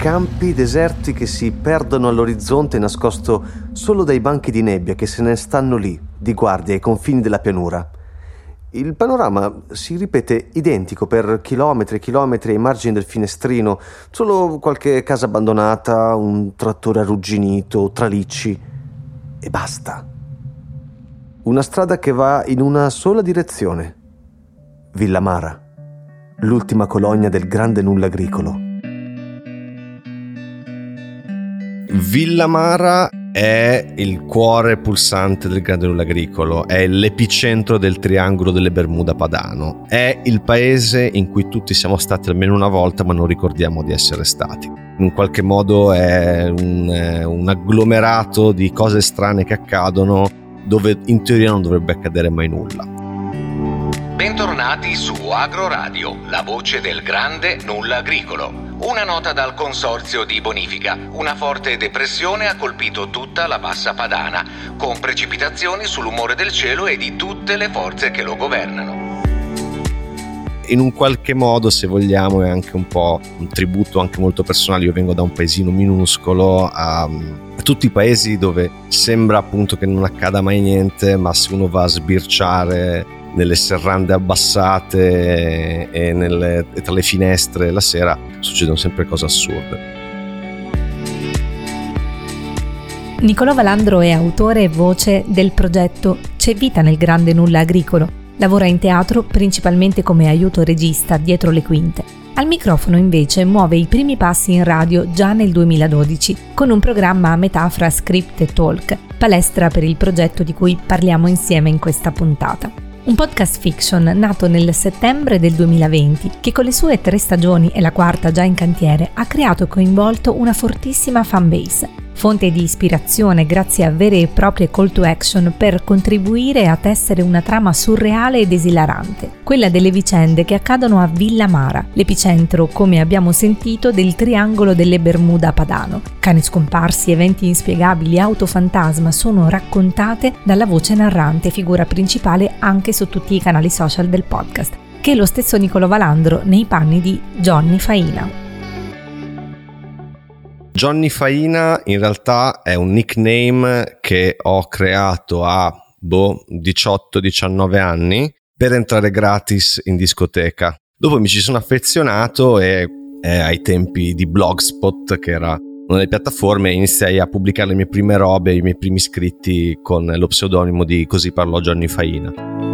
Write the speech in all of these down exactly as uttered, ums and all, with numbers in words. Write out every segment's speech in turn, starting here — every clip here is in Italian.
campi deserti che si perdono all'orizzonte, nascosto solo dai banchi di nebbia che se ne stanno lì, di guardia ai confini della pianura. Il panorama si ripete identico per chilometri e chilometri ai margini del finestrino, solo qualche casa abbandonata, un trattore arrugginito, tralicci e basta. Una strada che va in una sola direzione. Villamara, l'ultima colonia del grande nulla agricolo. Villamara è il cuore pulsante del grande nulla agricolo, è l'epicentro del triangolo delle Bermuda padano, è il paese in cui tutti siamo stati almeno una volta ma non ricordiamo di essere stati. In qualche modo è un, un agglomerato di cose strane che accadono dove in teoria non dovrebbe accadere mai nulla. Bentornati su Agroradio, la voce del grande nulla agricolo. Una nota dal consorzio di bonifica. Una forte depressione ha colpito tutta la bassa padana, con precipitazioni sull'umore del cielo e di tutte le forze che lo governano. In un qualche modo, se vogliamo, è anche un po' un tributo anche molto personale. Io vengo da un paesino minuscolo, a, a tutti i paesi dove sembra appunto che non accada mai niente, ma se uno va a sbirciare nelle serrande abbassate e, nelle, e tra le finestre la sera succedono sempre cose assurde. Nicolò Valandro è autore e voce del progetto C'è vita nel grande nulla agricolo. Lavora in teatro principalmente come aiuto regista dietro le quinte. Al microfono invece muove i primi passi in radio già nel duemiladodici con un programma a metà fra script e talk, palestra per il progetto di cui parliamo insieme in questa puntata. Un podcast fiction nato nel settembre del duemilaventi che con le sue tre stagioni e la quarta già in cantiere ha creato e coinvolto una fortissima fanbase, fonte di ispirazione grazie a vere e proprie call to action per contribuire a tessere una trama surreale ed esilarante, quella delle vicende che accadono a Villamara, l'epicentro, come abbiamo sentito, del triangolo delle Bermuda padano. Cani scomparsi, eventi inspiegabili, auto fantasma sono raccontate dalla voce narrante, figura principale anche su tutti i canali social del podcast, che è lo stesso Nicolò Valandro nei panni di Johnny Faina. Johnny Faina in realtà è un nickname che ho creato a boh, diciotto diciannove anni per entrare gratis in discoteca. Dopo mi ci sono affezionato e eh, ai tempi di Blogspot, che era una delle piattaforme, iniziai a pubblicare le mie prime robe, i miei primi scritti con lo pseudonimo di Così parlò Johnny Faina.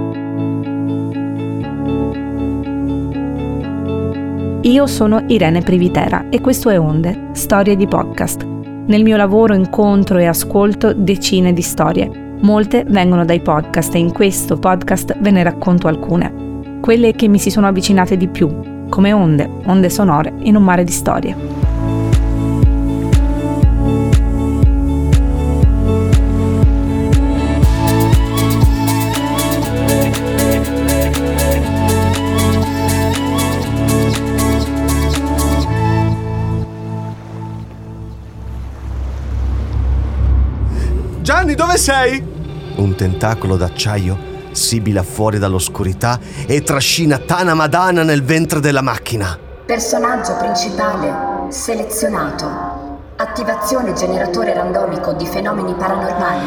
Io sono Irene Privitera e questo è Onde, storie di podcast. Nel mio lavoro incontro e ascolto decine di storie. Molte vengono dai podcast e in questo podcast ve ne racconto alcune. Quelle che mi si sono avvicinate di più, come onde, onde sonore in un mare di storie. Gianni, dove sei? Un tentacolo d'acciaio sibila fuori dall'oscurità e trascina Tana Madana nel ventre della macchina. Personaggio principale selezionato. Attivazione generatore randomico di fenomeni paranormali.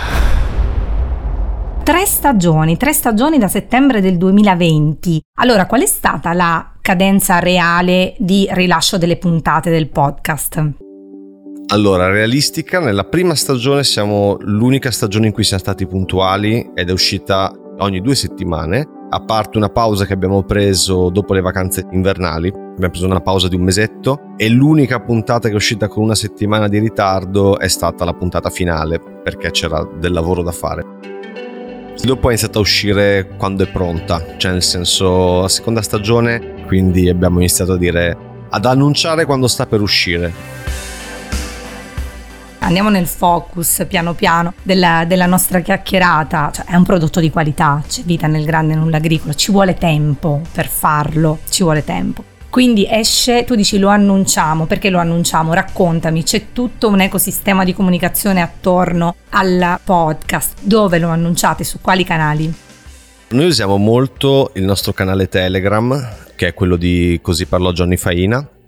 Tre stagioni, tre stagioni da settembre del duemilaventi. Allora, qual è stata la cadenza reale di rilascio delle puntate del podcast? Allora, realistica, nella prima stagione siamo l'unica stagione in cui siamo stati puntuali ed è uscita ogni due settimane, a parte una pausa che abbiamo preso dopo le vacanze invernali. Abbiamo preso una pausa di un mesetto e l'unica puntata che è uscita con una settimana di ritardo è stata la puntata finale, perché c'era del lavoro da fare. Dopo è iniziata a uscire quando è pronta, cioè nel senso la seconda stagione, quindi abbiamo iniziato a dire, ad annunciare quando sta per uscire. Andiamo nel focus piano piano della, della nostra chiacchierata. Cioè, è un prodotto di qualità, c'è vita nel grande nulla agricolo, ci vuole tempo per farlo, ci vuole tempo. Quindi esce, tu dici lo annunciamo, perché lo annunciamo? Raccontami, c'è tutto un ecosistema di comunicazione attorno al podcast. Dove lo annunciate? Su quali canali? Noi usiamo molto il nostro canale Telegram, che è quello di Così parlò Johnny Faina,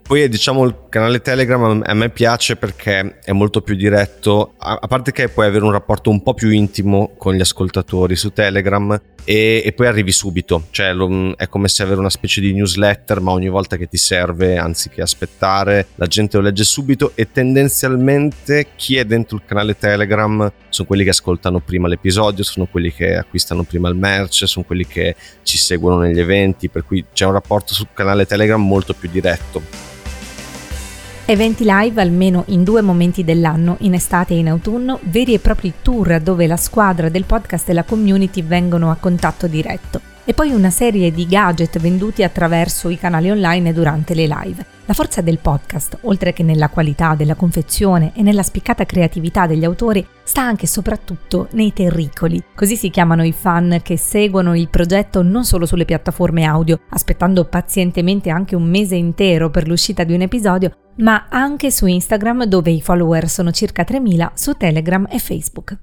Poi diciamo il canale Telegram a me piace perché è molto più diretto, a parte che puoi avere un rapporto un po' più intimo con gli ascoltatori su Telegram e, e poi arrivi subito, cioè lo, è come se avere una specie di newsletter, ma ogni volta che ti serve, anziché aspettare, la gente lo legge subito. E tendenzialmente chi è dentro il canale Telegram sono quelli che ascoltano prima l'episodio, sono quelli che acquistano prima il merch, sono quelli che ci seguono negli eventi, per cui c'è un rapporto sul canale Telegram molto più diretto. Eventi live almeno in due momenti dell'anno, in estate e in autunno, veri e propri tour dove la squadra del podcast e la community vengono a contatto diretto. E poi una serie di gadget venduti attraverso i canali online durante le live. La forza del podcast, oltre che nella qualità della confezione e nella spiccata creatività degli autori, sta anche e soprattutto nei terricoli. Così si chiamano i fan che seguono il progetto non solo sulle piattaforme audio, aspettando pazientemente anche un mese intero per l'uscita di un episodio, ma anche su Instagram, dove i follower sono circa tremila, su Telegram e Facebook.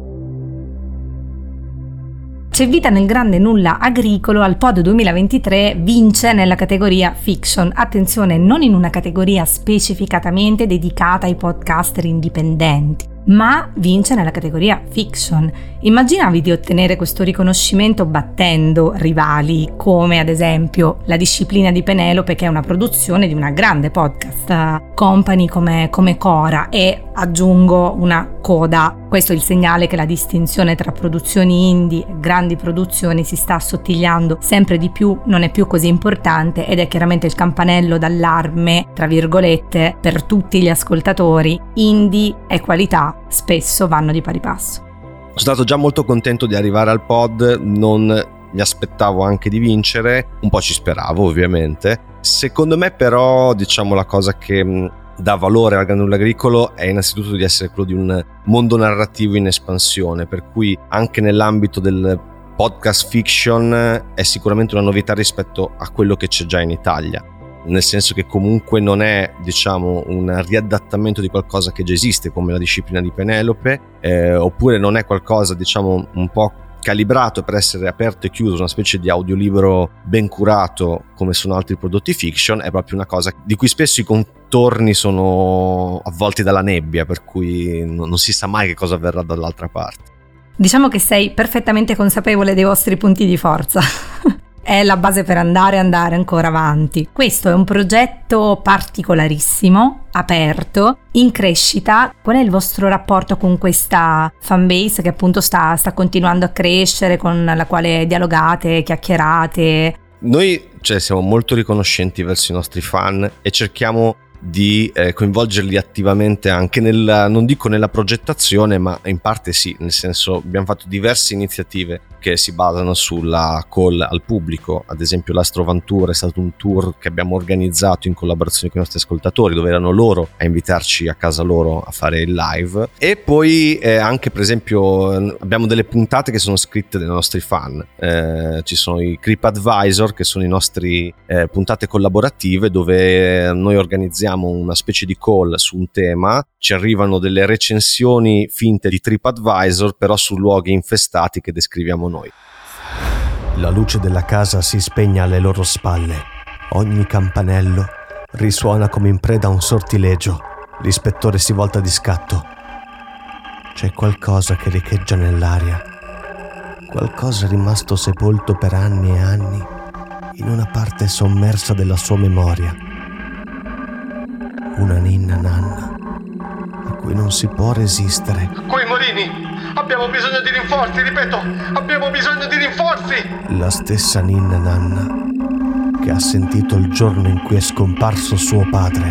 C'è vita nel grande nulla agricolo al Pod duemilaventitré vince nella categoria Fiction. Attenzione, non in una categoria specificatamente dedicata ai podcaster indipendenti, ma vince nella categoria Fiction. Immaginavi di ottenere questo riconoscimento battendo rivali come ad esempio La disciplina di Penelope, che è una produzione di una grande podcast company come, come Cora, e aggiungo una coda. Questo è il segnale che la distinzione tra produzioni indie e grandi produzioni si sta assottigliando sempre di più, non è più così importante, ed è chiaramente il campanello d'allarme, tra virgolette, per tutti gli ascoltatori. Indie e qualità spesso vanno di pari passo. Sono stato già molto contento di arrivare al pod, non mi aspettavo anche di vincere, un po' ci speravo ovviamente. Secondo me però, diciamo, la cosa che dà valore al Grande Nulla Agricolo è innanzitutto di essere quello di un mondo narrativo in espansione, per cui anche nell'ambito del podcast fiction è sicuramente una novità rispetto a quello che c'è già in Italia, nel senso che comunque non è, diciamo, un riadattamento di qualcosa che già esiste come La disciplina di Penelope, eh, oppure non è qualcosa, diciamo, un po' calibrato per essere aperto e chiuso, una specie di audiolibro ben curato come sono altri prodotti fiction. È proprio una cosa di cui spesso i contorni sono avvolti dalla nebbia, per cui non si sa mai che cosa avverrà dall'altra parte. Diciamo che sei perfettamente consapevole dei vostri punti di forza. È la base per andare andare ancora avanti. Questo è un progetto particolarissimo, aperto, in crescita. Qual è il vostro rapporto con questa fanbase che appunto sta, sta continuando a crescere, con la quale dialogate, chiacchierate? Noi, cioè, siamo molto riconoscenti verso i nostri fan e cerchiamo di eh, coinvolgerli attivamente anche nel, non dico nella progettazione, ma in parte sì, nel senso abbiamo fatto diverse iniziative che si basano sulla call al pubblico. Ad esempio l'Astroventura è stato un tour che abbiamo organizzato in collaborazione con i nostri ascoltatori, dove erano loro a invitarci a casa loro a fare il live. E poi eh, anche per esempio abbiamo delle puntate che sono scritte dai nostri fan, eh, ci sono i Creep Advisor, che sono i nostri eh, puntate collaborative dove noi organizziamo una specie di call su un tema, ci arrivano delle recensioni finte di TripAdvisor però su luoghi infestati che descriviamo noi. La luce della casa si spegne alle loro spalle, ogni campanello risuona come in preda a un sortilegio. L'ispettore si volta di scatto. C'è qualcosa che riecheggia nell'aria, qualcosa rimasto sepolto per anni e anni in una parte sommersa della sua memoria. Una ninna nanna a cui non si può resistere. Coi Morini! Abbiamo bisogno di rinforzi, ripeto! Abbiamo bisogno di rinforzi! La stessa ninna nanna che ha sentito il giorno in cui è scomparso suo padre.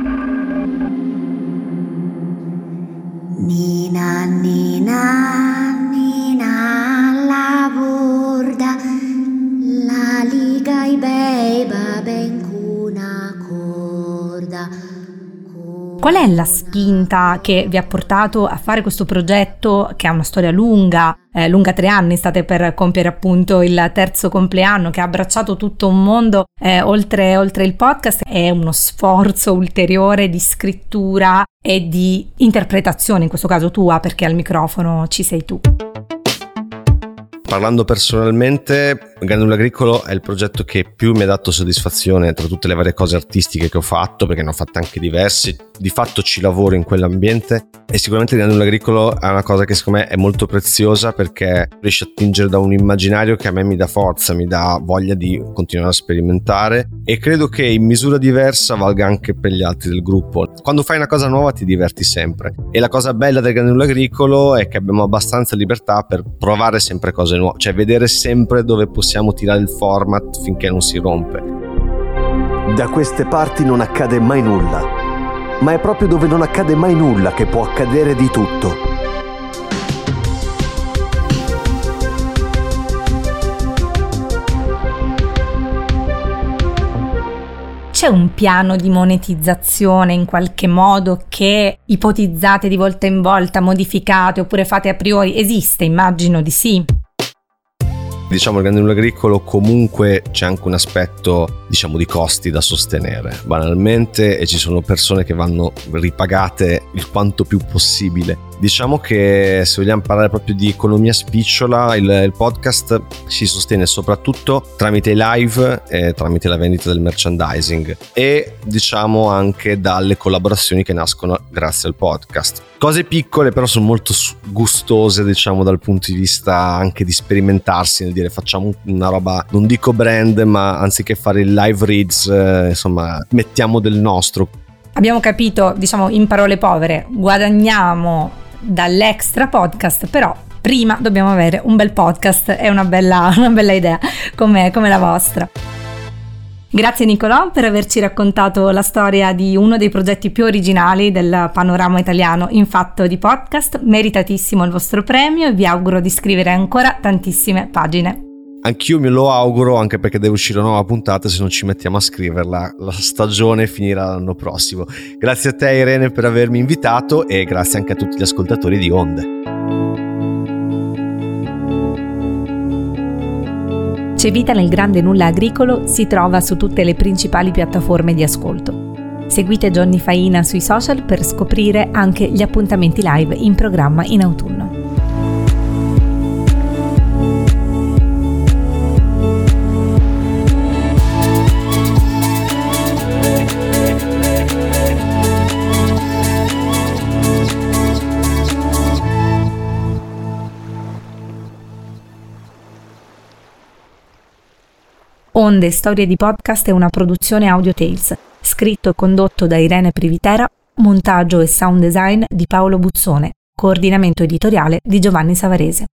Nina, Nina, Nina, la borda, la liga i beiba ben cuna corda. Qual è la spinta che vi ha portato a fare questo progetto, che ha una storia lunga, eh, lunga tre anni, state per compiere appunto il terzo compleanno, che ha abbracciato tutto un mondo, eh, oltre, oltre il podcast? È uno sforzo ulteriore di scrittura e di interpretazione, in questo caso tua, perché al microfono ci sei tu. Parlando personalmente, Grande Nulla Agricolo è il progetto che più mi ha dato soddisfazione tra tutte le varie cose artistiche che ho fatto, perché ne ho fatte anche diversi. Di fatto ci lavoro in quell'ambiente e sicuramente Grande Nulla Agricolo è una cosa che secondo me è molto preziosa, perché riesce a attingere da un immaginario che a me mi dà forza, mi dà voglia di continuare a sperimentare, e credo che in misura diversa valga anche per gli altri del gruppo. Quando fai una cosa nuova ti diverti sempre, e la cosa bella del Grande Nulla Agricolo è che abbiamo abbastanza libertà per provare sempre cose nuove, cioè vedere sempre dove possiamo tirare il format finché non si rompe. Da queste parti non accade mai nulla, ma è proprio dove non accade mai nulla che può accadere di tutto. C'è un piano di monetizzazione in qualche modo che ipotizzate di volta in volta, modificate oppure fate a priori? Esiste? Immagino di sì. Diciamo, il Grande Nulla Agricolo comunque c'è anche un aspetto, diciamo, di costi da sostenere banalmente, e ci sono persone che vanno ripagate il quanto più possibile. Diciamo che se vogliamo parlare proprio di economia spicciola, il, il podcast si sostiene soprattutto tramite i live e tramite la vendita del merchandising, e diciamo anche dalle collaborazioni che nascono grazie al podcast. Cose piccole però sono molto gustose, diciamo, dal punto di vista anche di sperimentarsi, nel dire facciamo una roba, non dico brand, ma anziché fare il live reads, eh, insomma mettiamo del nostro. Abbiamo capito, diciamo in parole povere, guadagniamo dall'extra podcast, però prima dobbiamo avere un bel podcast e una bella, una bella idea come, come la vostra. Grazie Nicolò per averci raccontato la storia di uno dei progetti più originali del panorama italiano in fatto di podcast. Meritatissimo il vostro premio e vi auguro di scrivere ancora tantissime pagine. Anch'io me lo auguro, anche perché deve uscire una nuova puntata, se non ci mettiamo a scriverla la stagione finirà l'anno prossimo. Grazie a te Irene per avermi invitato, e grazie anche a tutti gli ascoltatori di Onde. C'è vita nel Grande Nulla Agricolo si trova su tutte le principali piattaforme di ascolto. Seguite Johnny Faina sui social per scoprire anche gli appuntamenti live in programma in autunno. Onde Storie di Podcast è una produzione Audio Tales, scritto e condotto da Irene Privitera, montaggio e sound design di Paolo Buzzone, coordinamento editoriale di Giovanni Savarese.